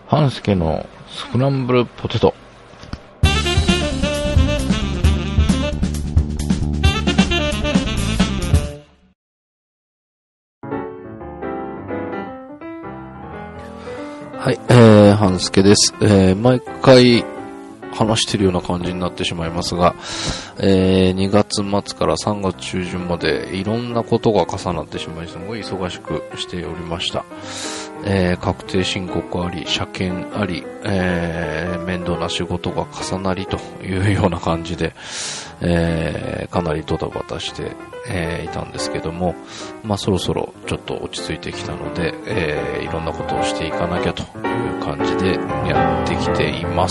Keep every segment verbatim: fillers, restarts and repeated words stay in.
半助のスクランブルポテト。はい、えー、半助です。えー、毎回話してるような感じになってしまいますが、えー、にがつ末からさんがつ中旬までいろんなことが重なってしまい、すごい忙しくしておりました。えー、確定申告あり、車検あり、えー、面倒な仕事が重なりというような感じで、えー、かなりドタバタして、えー、いたんですけども、まあそろそろちょっと落ち着いてきたので、えー、いろんなことをしていかなきゃという感じでやってきています。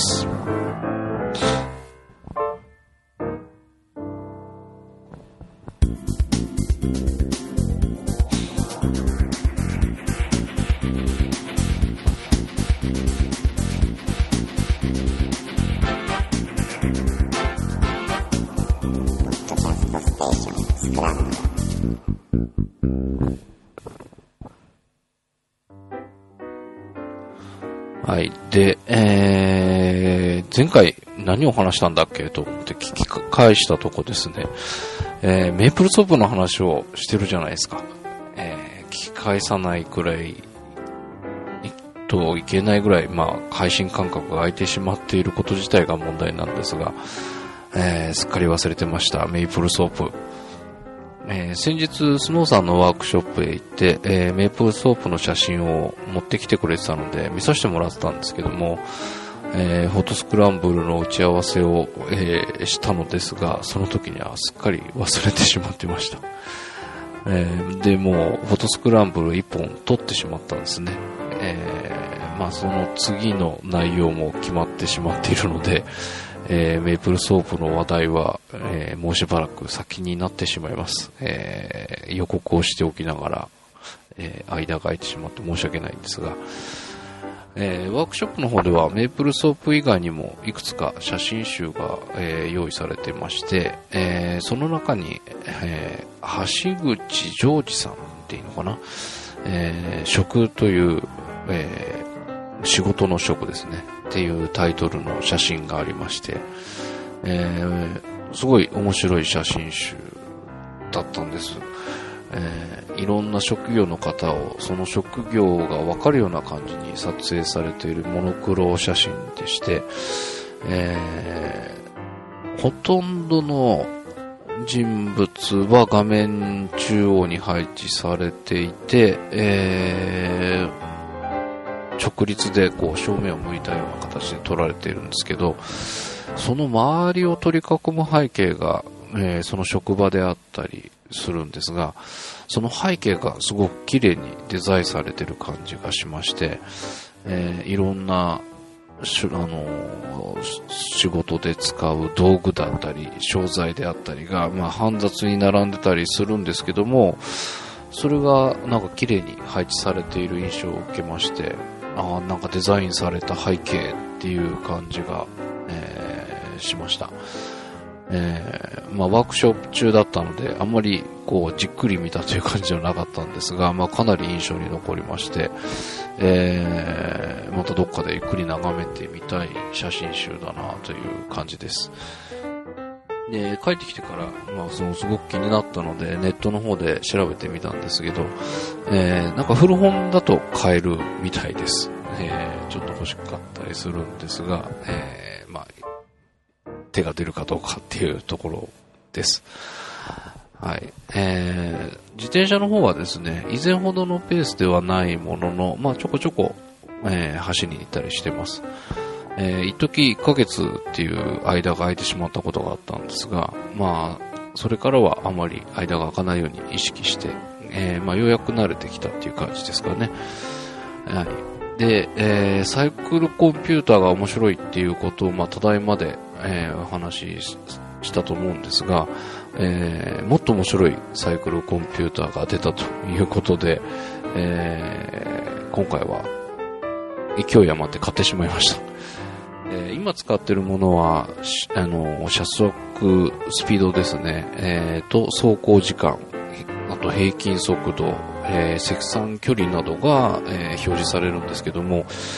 はい。で、えー、前回何を話したんだっけと思って聞き返したとこですね、えー、メープルソープの話をしてるじゃないですか。えー、聞き返さないくらいといけないぐらい、まあ、配信間隔が空いてしまっていること自体が問題なんですが、えー、すっかり忘れてました。メープルソープ。えー、先日スノーさんのワークショップへ行って、えー、メープルソープの写真を持ってきてくれてたので見させてもらってたんですけども、えー、フォトスクランブルの打ち合わせを、えー、したのですが、その時にはすっかり忘れてしまってました。えー、でもフォトスクランブルいっぽん撮ってしまったんですね。えー、まあその次の内容も決まってしまっているので、えー、メープルソープの話題は、えー、もうしばらく先になってしまいます。えー、予告をしておきながら、えー、間が空いてしまって申し訳ないんですが、えー、ワークショップの方ではメープルソープ以外にもいくつか写真集が、えー、用意されていまして、えー、その中に、えー、橋口ジョージさんっていうのかな、えー、食という、えー、仕事の食ですねっていうタイトルの写真がありまして、えー、すごい面白い写真集だったんです。えー、いろんな職業の方をその職業がわかるような感じに撮影されているモノクロ写真でして、えー、ほとんどの人物は画面中央に配置されていて、えー直立でこう正面を向いたような形で撮られているんですけど、その周りを取り囲む背景が、えー、その職場であったりするんですが、その背景がすごく綺麗にデザインされている感じがしまして、えー、いろんなし、あのー、仕事で使う道具だったり商材であったりが、まあ、煩雑に並んでたりするんですけども、それがなんか綺麗に配置されている印象を受けまして、あなんかデザインされた背景っていう感じが、えー、しました。えー、まあワークショップ中だったのであんまりこうじっくり見たという感じではなかったんですが、まあかなり印象に残りまして、えー、またどっかでゆっくり眺めてみたい写真集だなという感じです。で、帰ってきてから、まあ、そのすごく気になったので、ネットの方で調べてみたんですけど、えー、なんか古本だと買えるみたいです。えー、ちょっと欲しかったりするんですが、えー、まあ、手が出るかどうかっていうところです。はい。えー、自転車の方はですね、以前ほどのペースではないものの、まあ、ちょこちょこ、えー、走りに行ったりしてます。えー、一時いっかげつっていう間が空いてしまったことがあったんですが、まあ、それからはあまり間が空かないように意識して、えー、まあ、ようやく慣れてきたっていう感じですかね。はい。で、えー、サイクルコンピューターが面白いっていうことを、まあ、ただいまで、えー、お話ししたと思うんですが、えー、もっと面白いサイクルコンピューターが出たということで、えー、今回は勢い余って買ってしまいました。えー、今使っているものは、あの、車速、スピードですね、えー、と、走行時間、あと平均速度、えー、積算距離などが、えー、表示されるんですけども、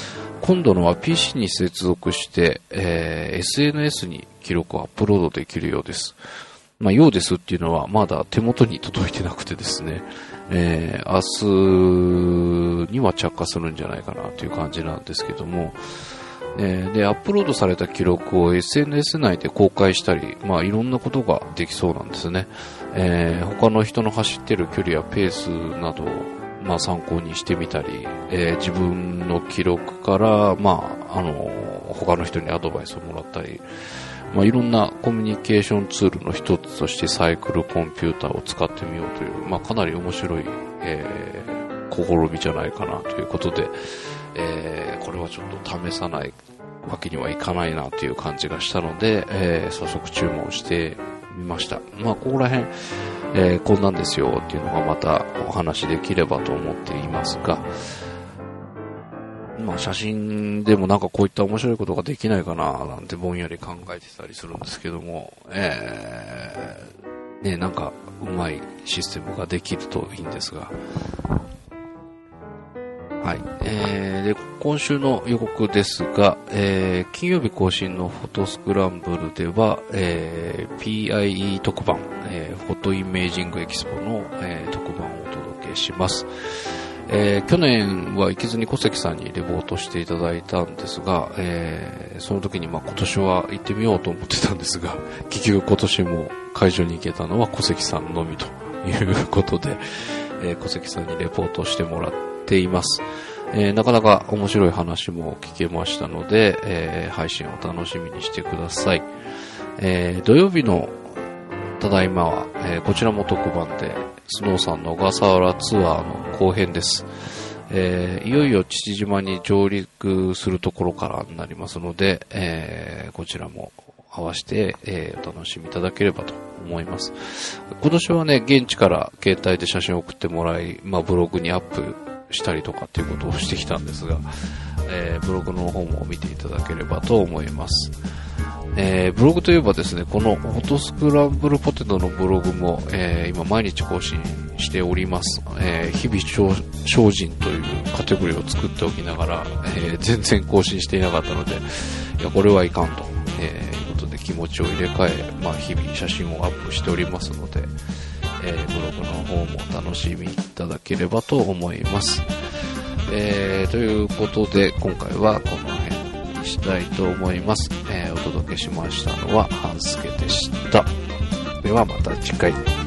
今度のは ピーシー に接続して、えー、エスエヌエス に記録をアップロードできるようです。まあ、ようですっていうのはまだ手元に届いてなくてですね、えー、明日には着火するんじゃないかなという感じなんですけども、えー、で、アップロードされた記録を エスエヌエス 内で公開したり、まあ、いろんなことができそうなんですね。えー、他の人の走ってる距離やペースなどを、まあ、参考にしてみたり、えー、自分の記録から、まあ、あの、他の人にアドバイスをもらったり、まあ、いろんなコミュニケーションツールの一つとしてサイクルコンピューターを使ってみようという、まあ、かなり面白い、えー、試みじゃないかなということで、えー、これはちょっと試さないわけにはいかないなという感じがしたので、えー、早速注文してみました。まあ、ここら辺、えー、こんなんですよっていうのがまたお話できればと思っていますが、まあ、写真でもなんかこういった面白いことができないかななんてぼんやり考えてたりするんですけども、えー、ね、なんかうまいシステムができるといいんですが、はい。えー、で、今週の予告ですが、えー、金曜日更新のフォトスクランブルでは、えー、ピーアイイー 特番、えー、フォトイメージングエキスポの、えー、特番をお届けします。えー、去年は行けずに小関さんにレポートしていただいたんですが、えー、その時にまあ今年は行ってみようと思ってたんですが、結局今年も会場に行けたのは小関さんのみということで、えー、小関さんにレポートしてもらっています。えー、なかなか面白い話も聞けましたので、えー、配信を楽しみにしてください。えー、土曜日のただいまは、えー、こちらも特番でスノーさんの小笠原ツアーの後編です。えー、いよいよ父島に上陸するところからになりますので、えー、こちらも合わせて、えー、お楽しみいただければと思います。今年はね、現地から携帯で写真を送ってもらい、まあ、ブログにアップしたりとかっていうことをしてきたんですが、えー、ブログの方も見ていただければと思います。えー、ブログといえばですね、このフォトスクランブルポテトのブログも、えー、今毎日更新しております。えー、日々精進というカテゴリーを作っておきながら、えー、全然更新していなかったので、いや、これはいかんと、えー、いうことで気持ちを入れ替え、まあ、日々写真をアップしておりますので、えー、ブログの方も楽しみいただければと思います。えー、ということで、今回はこの辺にしたいと思います。えー、お届けしましたのは、半助でした。ではまた次回。